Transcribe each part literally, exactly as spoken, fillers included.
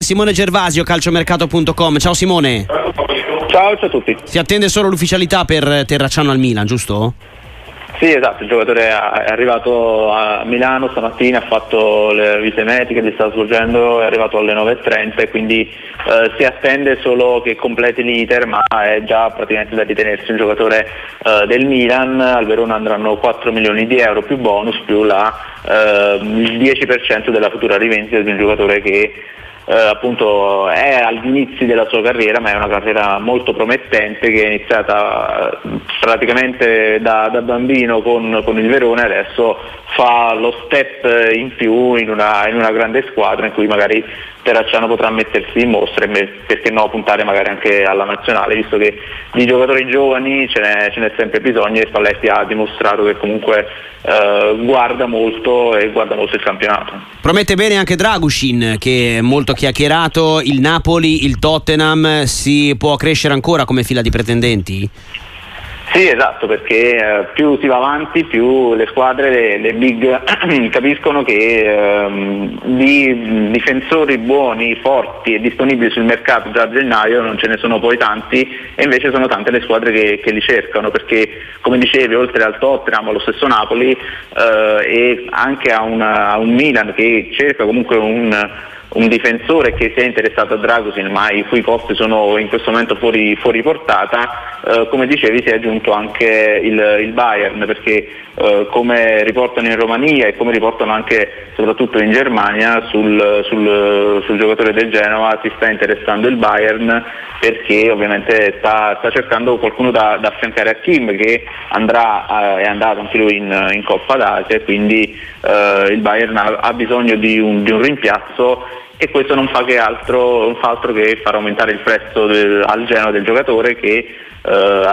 Simone Gervasio, calciomercato punto com. Ciao Simone. Ciao, ciao a tutti. Si attende solo l'ufficialità per Terracciano al Milan, giusto? Sì, esatto, il giocatore è arrivato a Milano stamattina, ha fatto le visite mediche, li sta svolgendo, è arrivato alle nove e trenta e quindi eh, si attende solo che completi l'iter, ma è già praticamente da ritenersi un giocatore eh, del Milan. Al Verona andranno quattro milioni di euro più bonus più la, eh, il dieci per cento della futura rivendita di un giocatore che Eh, appunto è agli inizi della sua carriera, ma è una carriera molto promettente che è iniziata praticamente da, da bambino con, con il Verona e adesso fa lo step in più in una, in una grande squadra in cui magari Terracciano potrà mettersi in mostra e perché no puntare magari anche alla nazionale, visto che di giocatori giovani ce n'è, ce n'è sempre bisogno e Spalletti ha dimostrato che comunque eh, guarda molto e guarda molto il campionato. Promette bene anche Dragusin, che è molto chiacchierato. Il Napoli, il Tottenham, si può crescere ancora come fila di pretendenti? Sì, esatto, perché eh, più si va avanti, più le squadre, le, le big capiscono che ehm, di difensori buoni, forti e disponibili sul mercato già a gennaio non ce ne sono poi tanti e invece sono tante le squadre che, che li cercano, perché come dicevi, oltre al Tottenham, allo stesso Napoli eh, e anche a, una, a un Milan che cerca comunque un un difensore che si è interessato a Dragusin ma i cui costi sono in questo momento fuori, fuori portata, eh, come dicevi si è aggiunto anche il, il Bayern, perché eh, come riportano in Romania e come riportano anche soprattutto in Germania sul, sul, sul giocatore del Genoa si sta interessando il Bayern, perché ovviamente sta, sta cercando qualcuno da, da affiancare a Kim, che andrà eh, è andato anche lui in, in Coppa d'Asia e quindi eh, il Bayern ha, ha bisogno di un, di un rimpiazzo e questo non fa che altro, non fa altro che far aumentare il prezzo del, al Genoa del giocatore, che eh,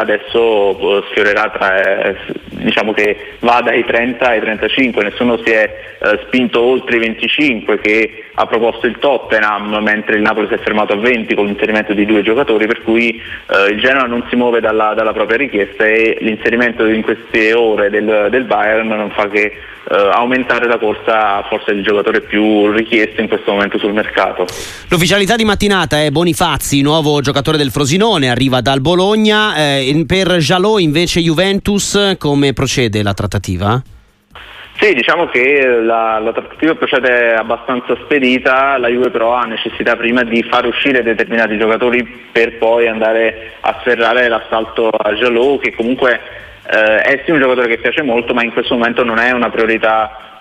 adesso sfiorerà tra, eh, diciamo che va dai trenta ai trentacinque, nessuno si è eh, spinto oltre i venticinque che ha proposto il Tottenham, mentre il Napoli si è fermato a venti con l'inserimento di due giocatori, per cui eh, il Genoa non si muove dalla, dalla propria richiesta e l'inserimento in queste ore del, del Bayern non fa che Uh, aumentare la corsa forse il giocatore più richiesto in questo momento sul mercato. L'ufficialità di mattinata è Bonifazzi, nuovo giocatore del Frosinone, arriva dal Bologna. Eh, per Jalot invece Juventus, come procede la trattativa? Sì, diciamo che la, la trattativa procede abbastanza spedita, la Juve però ha necessità prima di far uscire determinati giocatori per poi andare a sferrare l'assalto a Jalot, che comunque Eh, è sì un giocatore che piace molto, ma in questo momento non è una priorità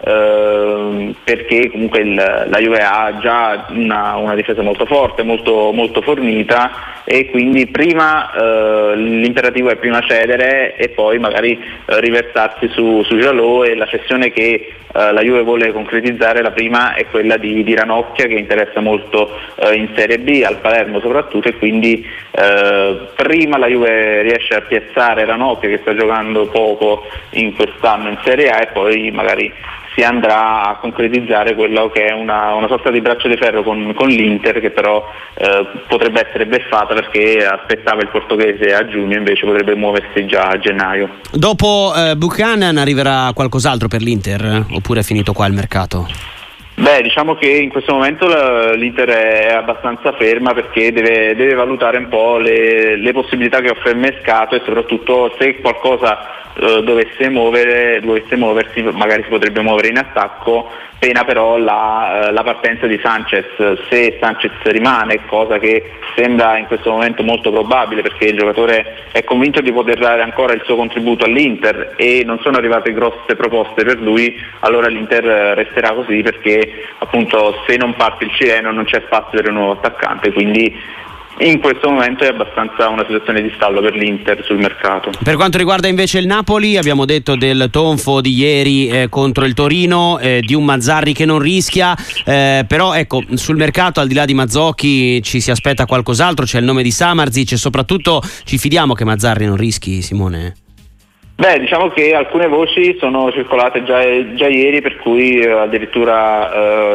eh, perché comunque il, la Juve ha già una, una difesa molto forte, molto, molto fornita e quindi prima eh, l'imperativo è prima cedere e poi magari eh, riversarsi su, su Jalot, e la cessione che eh, la Juve vuole concretizzare, la prima è quella di, di Ranocchia, che interessa molto eh, in Serie B, al Palermo soprattutto, e quindi eh, prima la Juve riesce a piazzare Ranocchia, che sta giocando poco in quest'anno in Serie A, e poi magari si andrà a concretizzare quello che è una, una sorta di braccio di ferro con, con l'Inter, che però eh, potrebbe essere beffata perché aspettava il portoghese a giugno, invece potrebbe muoversi già a gennaio. Dopo eh, Buchanan arriverà qualcos'altro per l'Inter oppure è finito qua il mercato? Beh, diciamo che in questo momento l'Inter è abbastanza ferma perché deve, deve valutare un po' le, le possibilità che offre il mercato e soprattutto se qualcosa eh, dovesse muovere, dovesse muoversi, magari si potrebbe muovere in attacco, pena però la, la partenza di Sanchez. Se Sanchez rimane, cosa che sembra in questo momento molto probabile perché il giocatore è convinto di poter dare ancora il suo contributo all'Inter e non sono arrivate grosse proposte per lui, allora l'Inter resterà così, perché appunto se non parte il cileno non c'è spazio per un nuovo attaccante, quindi in questo momento è abbastanza una situazione di stallo per l'Inter sul mercato. Per quanto riguarda invece il Napoli, abbiamo detto del tonfo di ieri eh, contro il Torino, eh, di un Mazzarri che non rischia, eh, però ecco, sul mercato al di là di Mazzocchi ci si aspetta qualcos'altro, c'è il nome di Samardzic e soprattutto ci fidiamo che Mazzarri non rischi, Simone? Beh, diciamo che alcune voci sono circolate già, già ieri, per cui eh, addirittura eh,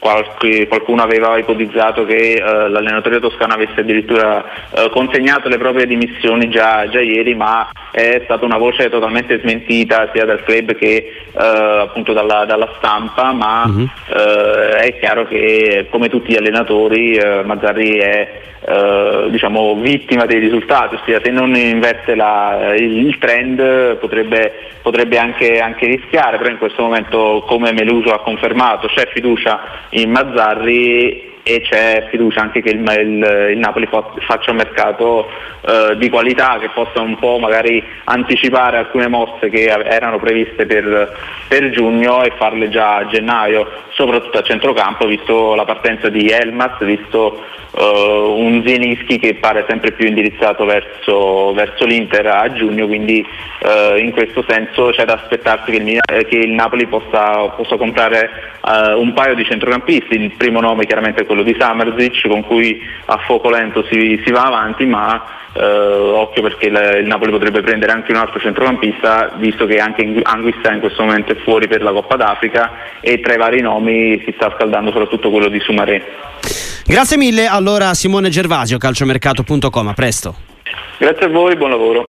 qualche, qualcuno aveva ipotizzato che uh, l'allenatore toscano avesse addirittura uh, consegnato le proprie dimissioni già, già ieri, ma è stata una voce totalmente smentita sia dal club che uh, appunto dalla, dalla stampa, ma uh-huh. uh, è chiaro che come tutti gli allenatori uh, Mazzarri è Uh, diciamo vittima dei risultati, ossia se non inverte la, il, il trend potrebbe, potrebbe anche, anche rischiare, però in questo momento, come Meluso ha confermato, c'è fiducia in Mazzarri e c'è fiducia anche che il, il, il Napoli fa, faccia un mercato uh, di qualità, che possa un po' magari anticipare alcune mosse che erano previste per, per giugno e farle già a gennaio, soprattutto a centrocampo, visto la partenza di Elmas, visto Uh, un Zielinski che pare sempre più indirizzato verso, verso l'Inter a giugno, quindi uh, in questo senso c'è da aspettarsi che il, che il Napoli possa, possa comprare uh, un paio di centrocampisti. Il primo nome chiaramente è quello di Samardžić, con cui a fuoco lento si, si va avanti, ma Uh, occhio perché il, il Napoli potrebbe prendere anche un altro centrocampista, visto che anche Anguissa in questo momento è fuori per la Coppa d'Africa, e tra i vari nomi si sta scaldando soprattutto quello di Soumaré. Grazie mille allora Simone Gervasio, calciomercato punto com, a presto. Grazie a voi, buon lavoro.